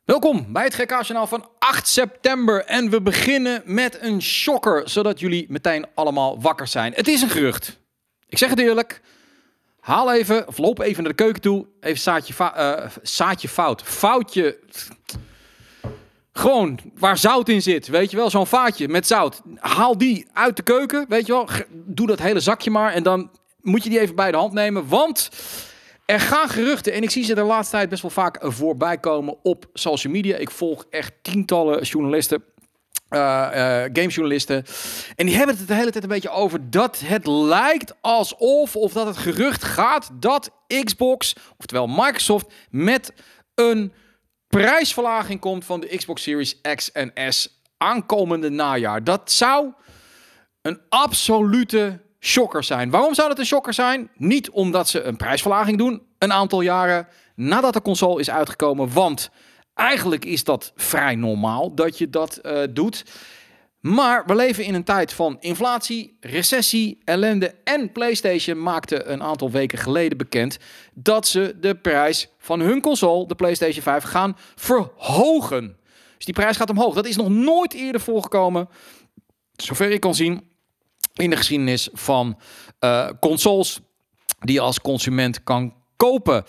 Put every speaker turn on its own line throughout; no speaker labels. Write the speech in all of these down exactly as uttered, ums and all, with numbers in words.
Welkom bij het G K-journaal van acht september en we beginnen met een shocker, zodat jullie meteen allemaal wakker zijn. Het is een gerucht. Ik zeg het eerlijk. Haal even, of loop even naar de keuken toe. Even zaadje, fa- uh, zaadje fout. Foutje. Gewoon waar zout in zit. Weet je wel, zo'n vaatje met zout. Haal die uit de keuken, weet je wel. Doe dat hele zakje maar en dan moet je die even bij de hand nemen, want er gaan geruchten, en ik zie ze de laatste tijd best wel vaak voorbij komen op social media. Ik volg echt tientallen journalisten, uh, uh, gamejournalisten. En die hebben het de hele tijd een beetje over dat het lijkt alsof, of dat het gerucht gaat dat Xbox, oftewel Microsoft, met een prijsverlaging komt van de Xbox Series X en S aankomende najaar. Dat zou een absolute shocker zijn. Waarom zou dat een shocker zijn? Niet omdat ze een prijsverlaging doen een aantal jaren nadat de console is uitgekomen, want eigenlijk is dat vrij normaal dat je dat uh, doet. Maar we leven in een tijd van inflatie, recessie, ellende en PlayStation maakte een aantal weken geleden bekend dat ze de prijs van hun console, de PlayStation vijf, gaan verhogen. Dus die prijs gaat omhoog. Dat is nog nooit eerder voorgekomen, zover ik kan zien, in de geschiedenis van uh, consoles die je als consument kan kopen.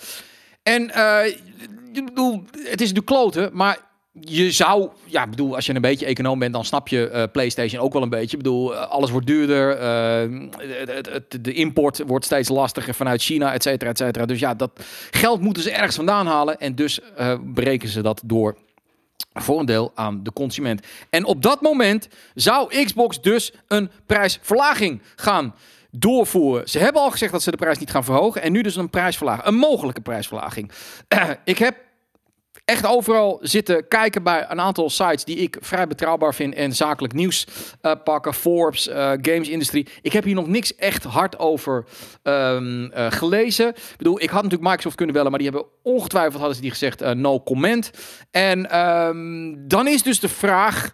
En uh, ik bedoel, het is natuurlijk kloten, maar je zou, ja, bedoel, als je een beetje econoom bent, dan snap je uh, PlayStation ook wel een beetje. Ik bedoel, uh, alles wordt duurder, uh, het, het, de import wordt steeds lastiger vanuit China, et cetera, et cetera. Dus ja, dat geld moeten ze ergens vandaan halen en dus uh, berekenen ze dat door voor een deel aan de consument. En op dat moment zou Xbox dus een prijsverlaging gaan doorvoeren. Ze hebben al gezegd dat ze de prijs niet gaan verhogen en nu dus een prijsverlaging, een mogelijke prijsverlaging. Uh, ik heb echt overal zitten kijken bij een aantal sites die ik vrij betrouwbaar vind en zakelijk nieuws uh, pakken. Forbes, uh, Games Industry. Ik heb hier nog niks echt hard over um, uh, gelezen. Ik bedoel, ik had natuurlijk Microsoft kunnen bellen, maar die hebben ongetwijfeld hadden ze die gezegd uh, no comment. En um, dan is dus de vraag,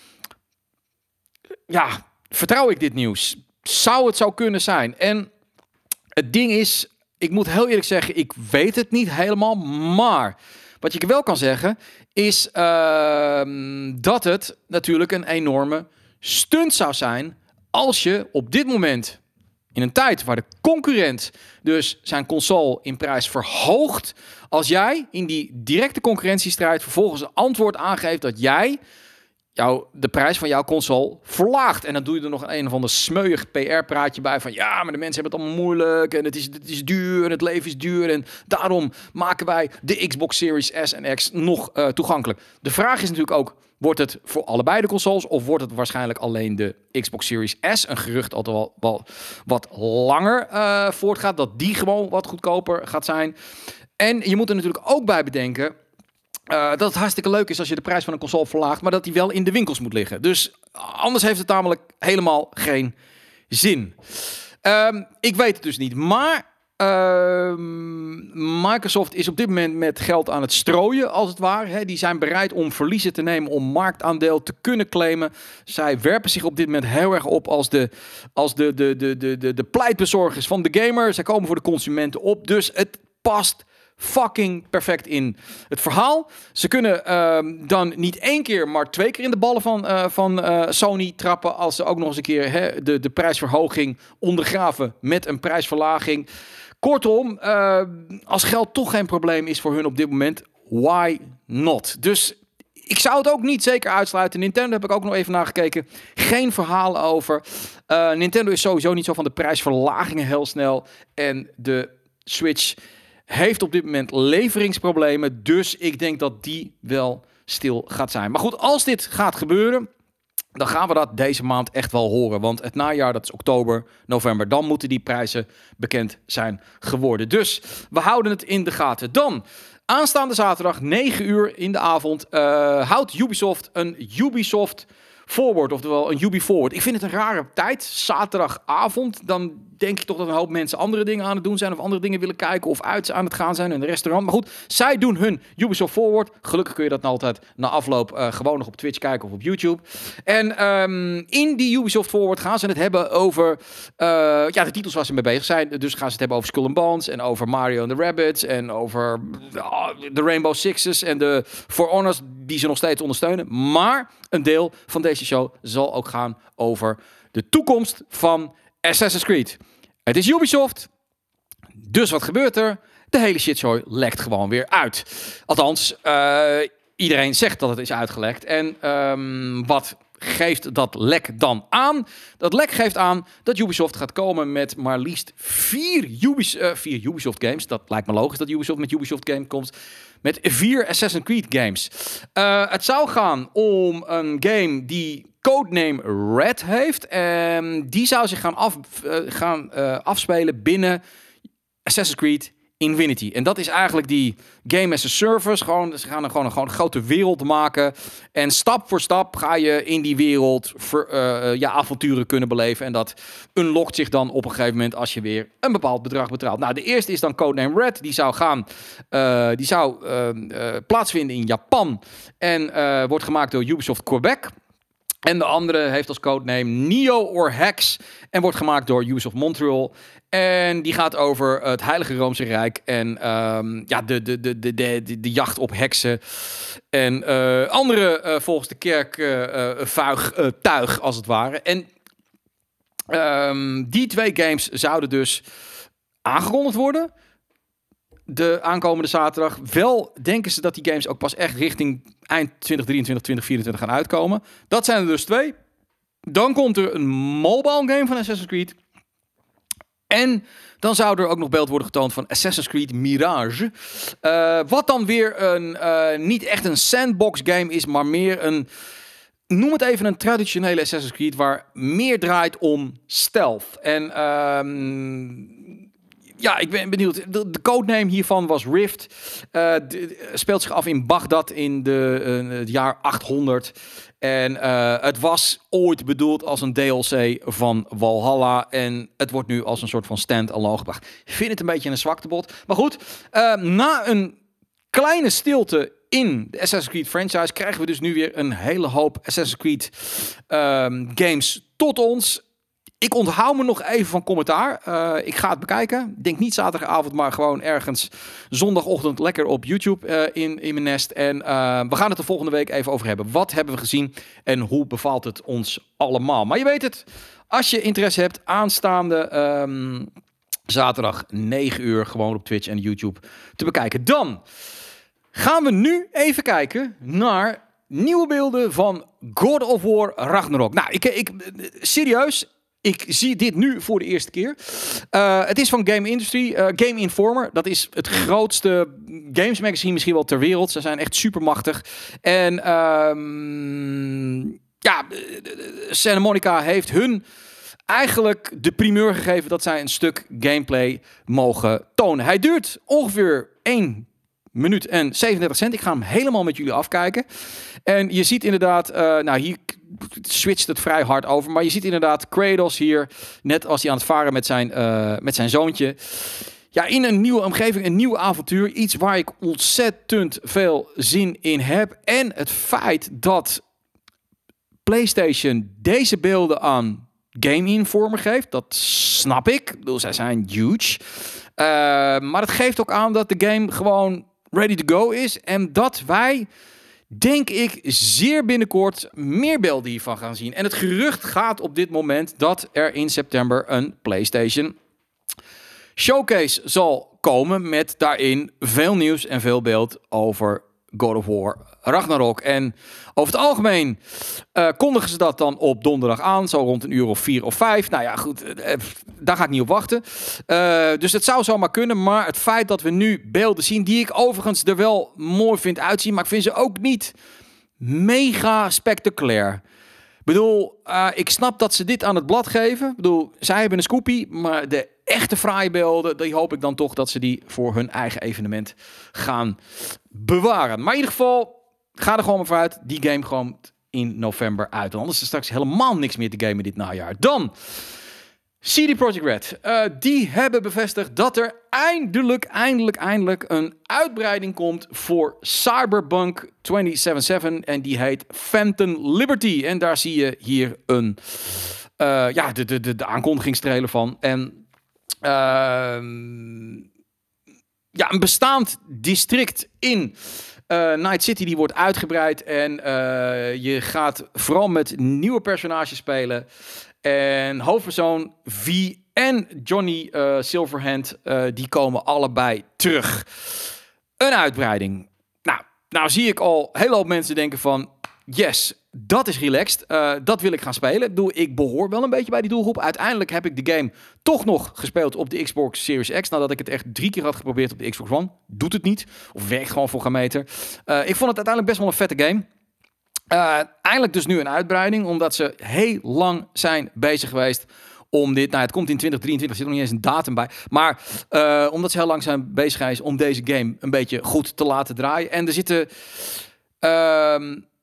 ja, vertrouw ik dit nieuws? Zou het zo kunnen zijn? En het ding is, ik moet heel eerlijk zeggen, ik weet het niet helemaal, maar wat je wel kan zeggen, is uh, dat het natuurlijk een enorme stunt zou zijn als je op dit moment, in een tijd waar de concurrent dus zijn console in prijs verhoogt, als jij in die directe concurrentiestrijd vervolgens een antwoord aangeeft dat jij jou, de prijs van jouw console verlaagt. En dan doe je er nog een, een of ander smeuig P R-praatje bij van ja, maar de mensen hebben het allemaal moeilijk en het is, het is duur en het leven is duur en daarom maken wij de Xbox Series S en X nog uh, toegankelijk. De vraag is natuurlijk ook, wordt het voor allebei de consoles of wordt het waarschijnlijk alleen de Xbox Series S? Een gerucht dat er wel, wel wat langer uh, voortgaat, dat die gewoon wat goedkoper gaat zijn. En je moet er natuurlijk ook bij bedenken Uh, dat het hartstikke leuk is als je de prijs van een console verlaagt, maar dat die wel in de winkels moet liggen. Dus anders heeft het namelijk helemaal geen zin. Um, ik weet het dus niet, maar uh, Microsoft is op dit moment met geld aan het strooien, als het ware. He, die zijn bereid om verliezen te nemen, om marktaandeel te kunnen claimen. Zij werpen zich op dit moment heel erg op als de, als de, de, de, de, de, de pleitbezorgers van de gamer. Zij komen voor de consumenten op, dus het past fucking perfect in het verhaal. Ze kunnen uh, dan niet één keer, maar twee keer in de ballen van, uh, van uh, Sony trappen als ze ook nog eens een keer hè, de, de prijsverhoging ondergraven met een prijsverlaging. Kortom, uh, als geld toch geen probleem is voor hun op dit moment, why not? Dus ik zou het ook niet zeker uitsluiten. Nintendo heb ik ook nog even nagekeken. Geen verhaal over. Uh, Nintendo is sowieso niet zo van de prijsverlagingen heel snel. En de Switch heeft op dit moment leveringsproblemen. Dus ik denk dat die wel stil gaat zijn. Maar goed, als dit gaat gebeuren, dan gaan we dat deze maand echt wel horen. Want het najaar, dat is oktober, november. Dan moeten die prijzen bekend zijn geworden. Dus we houden het in de gaten. Dan, aanstaande zaterdag, negen uur in de avond, uh, houdt Ubisoft een Ubisoft Forward, oftewel een Ubi Forward. Ik vind het een rare tijd, zaterdagavond. Dan denk ik toch dat een hoop mensen andere dingen aan het doen zijn of andere dingen willen kijken of uit aan het gaan zijn in een restaurant. Maar goed, zij doen hun Ubisoft Forward. Gelukkig kun je dat nou altijd na afloop uh, gewoon nog op Twitch kijken of op YouTube. En um, in die Ubisoft Forward gaan ze het hebben over uh, ja, de titels waar ze mee bezig zijn. Dus gaan ze het hebben over Skull and Bones en over Mario and the Rabbids en over uh, de Rainbow Sixes en de For Honors die ze nog steeds ondersteunen. Maar een deel van deze show zal ook gaan over de toekomst van Assassin's Creed. Het is Ubisoft. Dus wat gebeurt er? De hele shitshow lekt gewoon weer uit. Althans, uh, iedereen zegt dat het is uitgelekt. En um, wat geeft dat lek dan aan? Dat lek geeft aan dat Ubisoft gaat komen met maar liefst vier, Ubis, uh, vier Ubisoft games. Dat lijkt me logisch dat Ubisoft met Ubisoft game komt. Met vier Assassin's Creed games. Uh, het zou gaan om een game die codename Red heeft. En die zou zich gaan, af, uh, gaan uh, afspelen binnen Assassin's Creed Infinity. En dat is eigenlijk die game as a service. Gewoon, ze gaan er gewoon een, gewoon een grote wereld maken. En stap voor stap ga je in die wereld ver, uh, ja, avonturen kunnen beleven. En dat unlockt zich dan op een gegeven moment als je weer een bepaald bedrag betaalt. Nou, de eerste is dan Codename Red. Die zou gaan, uh, die zou uh, uh, plaatsvinden in Japan. En uh, wordt gemaakt door Ubisoft Quebec. En de andere heeft als codename Neo or Hex en wordt gemaakt door Ubisoft Montreal. En die gaat over het Heilige Roomse Rijk en um, ja, de, de, de, de, de, de jacht op heksen. En uh, andere uh, volgens de kerk uh, uh, vuig uh, tuig, als het ware. En um, die twee games zouden dus aangekondigd worden. De aankomende zaterdag. Wel denken ze dat die games ook pas echt richting eind twintig drieëntwintig, twintig vierentwintig gaan uitkomen. Dat zijn er dus twee. Dan komt er een mobile game van Assassin's Creed. En dan zou er ook nog beeld worden getoond van Assassin's Creed Mirage. Uh, wat dan weer een, uh, niet echt een sandbox game is, maar meer een, noem het even een traditionele Assassin's Creed, waar meer draait om stealth. En um, ja, ik ben benieuwd. De, de codename hiervan was Rift. Uh, de, speelt zich af in Bagdad in de, uh, het jaar achthonderd. En uh, het was ooit bedoeld als een D L C van Valhalla. En het wordt nu als een soort van stand-alone gebracht. Ik vind het een beetje een zwaktebod. Maar goed, uh, na een kleine stilte in de Assassin's Creed franchise krijgen we dus nu weer een hele hoop Assassin's Creed um, games tot ons. Ik onthoud me nog even van commentaar. Uh, ik ga het bekijken. Ik denk niet zaterdagavond, maar gewoon ergens zondagochtend lekker op YouTube uh, in, in mijn nest. En uh, we gaan het de volgende week even over hebben. Wat hebben we gezien en hoe bevalt het ons allemaal? Maar je weet het, als je interesse hebt, aanstaande um, zaterdag negen uur gewoon op Twitch en YouTube te bekijken. Dan gaan we nu even kijken naar nieuwe beelden van God of War Ragnarok. Nou, ik, ik serieus... Ik zie dit nu voor de eerste keer. Uh, het is van Game Industry, uh, Game Informer. Dat is het grootste games magazine misschien wel ter wereld. Ze zijn echt supermachtig. En um, ja, Santa Monica heeft hun eigenlijk de primeur gegeven dat zij een stuk gameplay mogen tonen. Hij duurt ongeveer één minuut en zevenendertig cent. Ik ga hem helemaal met jullie afkijken. En je ziet inderdaad, uh, nou hier switcht het vrij hard over, maar je ziet inderdaad Kratos hier, net als hij aan het varen met zijn, uh, met zijn zoontje. Ja, in een nieuwe omgeving, een nieuw avontuur. Iets waar ik ontzettend veel zin in heb. En het feit dat PlayStation deze beelden aan Game Informer geeft, dat snap ik. Ik bedoel, zij zijn huge. Uh, maar het geeft ook aan dat de game gewoon ready to go is. En dat wij, denk ik, zeer binnenkort meer beelden hiervan gaan zien. En het gerucht gaat op dit moment dat er in september een PlayStation Showcase zal komen met daarin veel nieuws en veel beeld over God of War Ragnarok. En over het algemeen uh, kondigen ze dat dan op donderdag aan, zo rond een uur of vier of vijf. Nou ja, goed, uh, daar ga ik niet op wachten. Uh, dus het zou zomaar kunnen, maar het feit dat we nu beelden zien, die ik overigens er wel mooi vind uitzien, maar ik vind ze ook niet mega spectaculair. Ik bedoel, uh, ik snap dat ze dit aan het blad geven. Ik bedoel, zij hebben een scoopie, maar de echte fraaie beelden, die hoop ik dan toch dat ze die voor hun eigen evenement gaan bewaren. Maar in ieder geval, ga er gewoon maar vooruit. Die game gewoon in november uit. En anders is er straks helemaal niks meer te gamen dit najaar. Dan C D Projekt Red, uh, die hebben bevestigd dat er eindelijk, eindelijk, eindelijk een uitbreiding komt voor Cyberpunk tweeduizend zevenenzeventig en die heet Phantom Liberty. En daar zie je hier een, uh, ja, de, de, de, de aankondigingstrailer van. En uh, ja, een bestaand district in Uh, Night City die wordt uitgebreid en uh, je gaat vooral met nieuwe personages spelen. En hoofdpersoon V en Johnny uh, Silverhand, uh, die komen allebei terug. Een uitbreiding. Nou, nou zie ik al een hele hoop mensen denken van, yes, dat is relaxed. Uh, dat wil ik gaan spelen. Ik bedoel, ik behoor wel een beetje bij die doelgroep. Uiteindelijk heb ik de game toch nog gespeeld op de Xbox Series X. Nadat ik het echt drie keer had geprobeerd op de Xbox One. Doet het niet. Of werkt gewoon voor geen meter. Uh, ik vond het uiteindelijk best wel een vette game. Uh, eindelijk dus nu een uitbreiding. Omdat ze heel lang zijn bezig geweest om dit... Nou, het komt in twintig drieëntwintig. Er zit nog niet eens een datum bij. Maar uh, omdat ze heel lang zijn bezig geweest om deze game een beetje goed te laten draaien. En er zitten... Uh,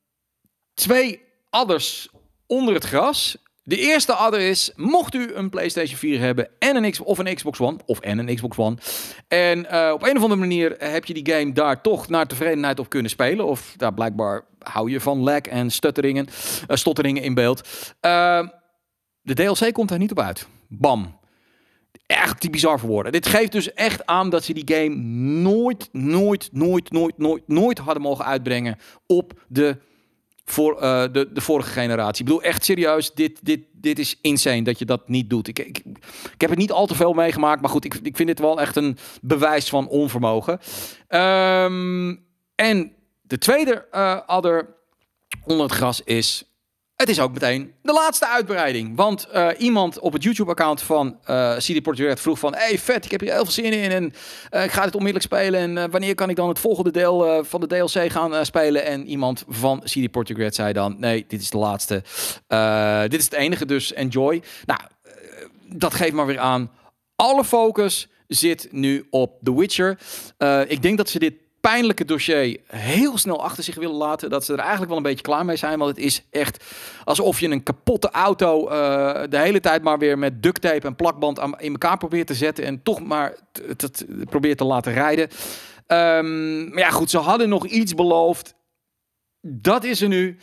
Twee adders onder het gras. De eerste adder is, mocht u een PlayStation vier hebben en een X of een Xbox One, of en een Xbox One, en uh, op een of andere manier heb je die game daar toch naar tevredenheid op kunnen spelen, of daar blijkbaar hou je van lag en stutteringen, uh, stotteringen in beeld. Uh, de D L C komt daar niet op uit. Bam. Echt die bizar voor woorden. Dit geeft dus echt aan dat ze die game nooit, nooit, nooit, nooit, nooit, nooit hadden mogen uitbrengen op de voor uh, de, de vorige generatie. Ik bedoel, echt serieus, dit, dit, dit is insane dat je dat niet doet. Ik, ik, ik heb het niet al te veel meegemaakt, maar goed, ik, ik vind dit wel echt een bewijs van onvermogen. Um, en de tweede uh, adder onder het gras is, het is ook meteen de laatste uitbreiding. Want uh, iemand op het YouTube-account van uh, C D Projekt Red vroeg van, hey, vet, ik heb hier heel veel zin in en uh, ik ga dit onmiddellijk spelen. En uh, wanneer kan ik dan het volgende deel uh, van de D L C gaan uh, spelen? En iemand van C D Projekt Red zei dan, nee, dit is de laatste. Uh, dit is het enige, dus enjoy. Nou, uh, dat geeft maar weer aan. Alle focus zit nu op The Witcher. Uh, ik denk dat ze dit pijnlijke dossier heel snel achter zich willen laten. Dat ze er eigenlijk wel een beetje klaar mee zijn. Want het is echt alsof je een kapotte auto uh, de hele tijd maar weer met duct tape en plakband aan, in elkaar probeert te zetten. En toch maar het, het probeert te laten rijden. Um, maar ja, goed, ze hadden nog iets beloofd. Dat is er nu. Uh,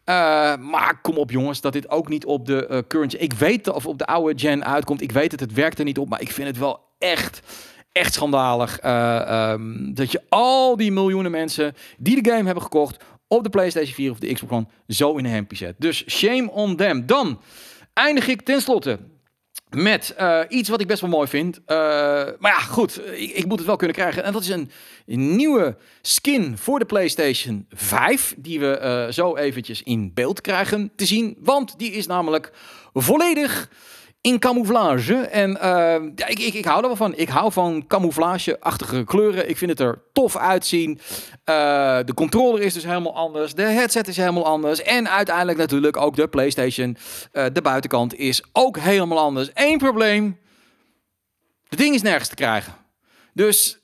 maar kom op jongens, dat dit ook niet op de uh, current... Ik weet of op de oude gen uitkomt. Ik weet het, het werkt er niet op. Maar ik vind het wel echt... Echt schandalig uh, um, dat je al die miljoenen mensen die de game hebben gekocht op de PlayStation vier of de Xbox One zo in een hempje zet. Dus shame on them. Dan eindig ik tenslotte met uh, iets wat ik best wel mooi vind. Uh, maar ja, goed, ik, ik moet het wel kunnen krijgen. En dat is een, een nieuwe skin voor de PlayStation vijf, die we uh, zo eventjes in beeld krijgen te zien. Want die is namelijk volledig in camouflage. En uh, ja, ik, ik, ik hou er wel van. Ik hou van camouflage-achtige kleuren. Ik vind het er tof uitzien. Uh, de controller is dus helemaal anders. De headset is helemaal anders. En uiteindelijk natuurlijk ook de PlayStation. Uh, de buitenkant is ook helemaal anders. Eén probleem. Het ding is nergens te krijgen. Dus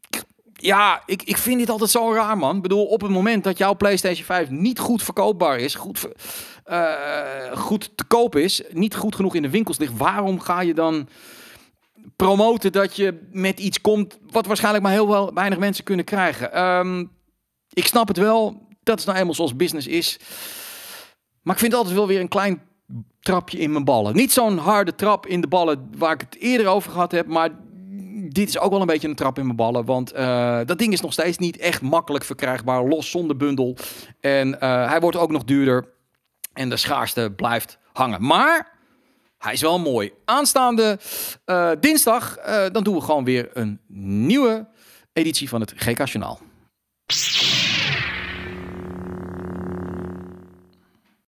ja, ik, ik vind dit altijd zo raar, man. Ik bedoel, op het moment dat jouw PlayStation vijf niet goed verkoopbaar is, goed, uh, goed te koop is, niet goed genoeg in de winkels ligt, waarom ga je dan promoten dat je met iets komt wat waarschijnlijk maar heel wel weinig mensen kunnen krijgen? Um, ik snap het wel. Dat is nou eenmaal zoals business is. Maar ik vind het altijd wel weer een klein trapje in mijn ballen. Niet zo'n harde trap in de ballen waar ik het eerder over gehad heb, maar dit is ook wel een beetje een trap in mijn ballen. Want uh, dat ding is nog steeds niet echt makkelijk verkrijgbaar. Los zonder bundel. En uh, hij wordt ook nog duurder. En de schaarste blijft hangen. Maar hij is wel mooi. Aanstaande uh, dinsdag. Uh, dan doen we gewoon weer een nieuwe editie van het G K Journaal.